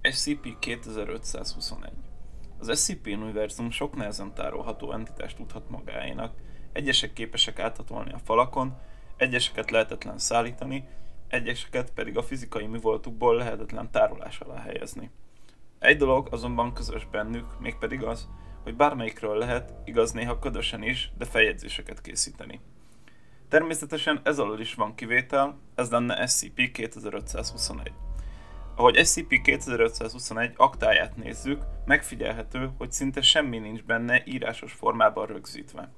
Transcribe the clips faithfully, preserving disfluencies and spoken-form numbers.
es cé pé kétezer-ötszázhuszonegy. Az es cé pé-univerzum sok nehezen tárolható entitást tudhat magáénak, egyesek képesek áthatolni a falakon, egyeseket lehetetlen szállítani, egyeseket pedig a fizikai művoltukból lehetetlen tárolás alá helyezni. Egy dolog azonban közös bennük, mégpedig az, hogy bármelyikről lehet, igaz néha ködösen is, de feljegyzéseket készíteni. Természetesen ez alól is van kivétel, ez lenne es cé pé kétezer-ötszázhuszonegy. Ahogy es cé pé kétezer-ötszázhuszonegy aktáját nézzük, megfigyelhető, hogy szinte semmi nincs benne írásos formában rögzítve.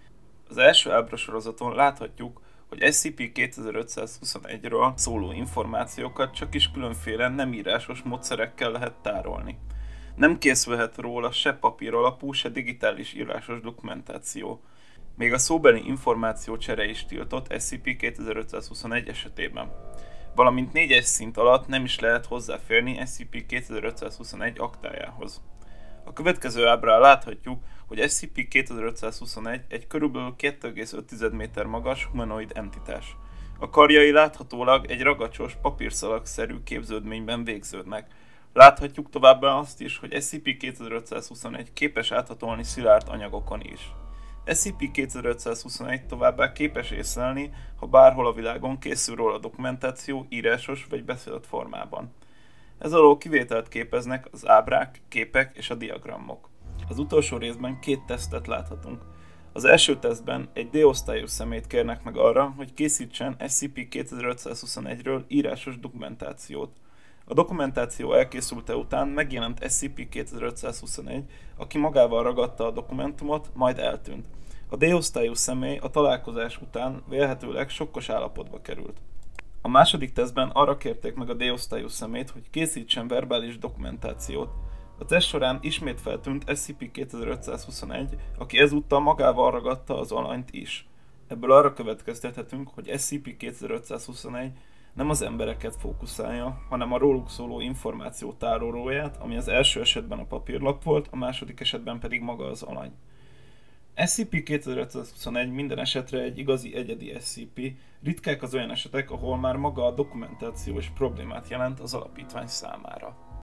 Az első ábrasorozaton láthatjuk, hogy es cé pé kétezer-ötszázhuszonegyről szóló információkat csak is különféle nem írásos módszerekkel lehet tárolni. Nem készülhet róla se papír alapú, se digitális írásos dokumentáció. Még a szóbeli információcsere is tiltott es cé pé kétezer-ötszázhuszonegy esetében. Valamint négyes szint alatt nem is lehet hozzáférni es cé pé kétezer-ötszázhuszonegy aktájához. A következő ábrán láthatjuk, hogy es cé pé kétezer-ötszázhuszonegy egy körülbelül két egész öt méter magas humanoid entitás. A karjai láthatólag egy ragacsos, papírszalag-szerű képződményben végződnek. Láthatjuk továbbá azt is, hogy es cé pé kétezer-ötszázhuszonegy képes áthatolni szilárd anyagokon is. es cé pé kétezer-ötszázhuszonegy továbbá képes észlelni, ha bárhol a világon készül róla dokumentáció írásos vagy beszélt formában. Ez alól kivételt képeznek az ábrák, képek és a diagramok. Az utolsó részben két tesztet láthatunk. Az első tesztben egy D-osztályú személyt kérnek meg arra, hogy készítsen es cé pé kétezer-ötszázhuszonegyről írásos dokumentációt. A dokumentáció elkészülte után megjelent es cé pé kétezer-ötszázhuszonegy, aki magával ragadta a dokumentumot, majd eltűnt. A D-osztályú személy a találkozás után vélhetőleg sokkos állapotba került. A második tesztben arra kérték meg a D-osztályú személyt, hogy készítsen verbális dokumentációt. A teszt során ismét feltűnt es cé pé kétezer-ötszázhuszonegy, aki ezúttal magával ragadta az alanyt is. Ebből arra következtethetünk, hogy es cé pé kétezer-ötszázhuszonegy nem az embereket fókuszálja, hanem a róluk szóló információ tárolóját, ami az első esetben a papírlap volt, a második esetben pedig maga az alany. es cé pé kétezer-ötszázhuszonegy minden esetre egy igazi egyedi es cé pé, ritkák az olyan esetek, ahol már maga a dokumentáció is problémát jelent az alapítvány számára.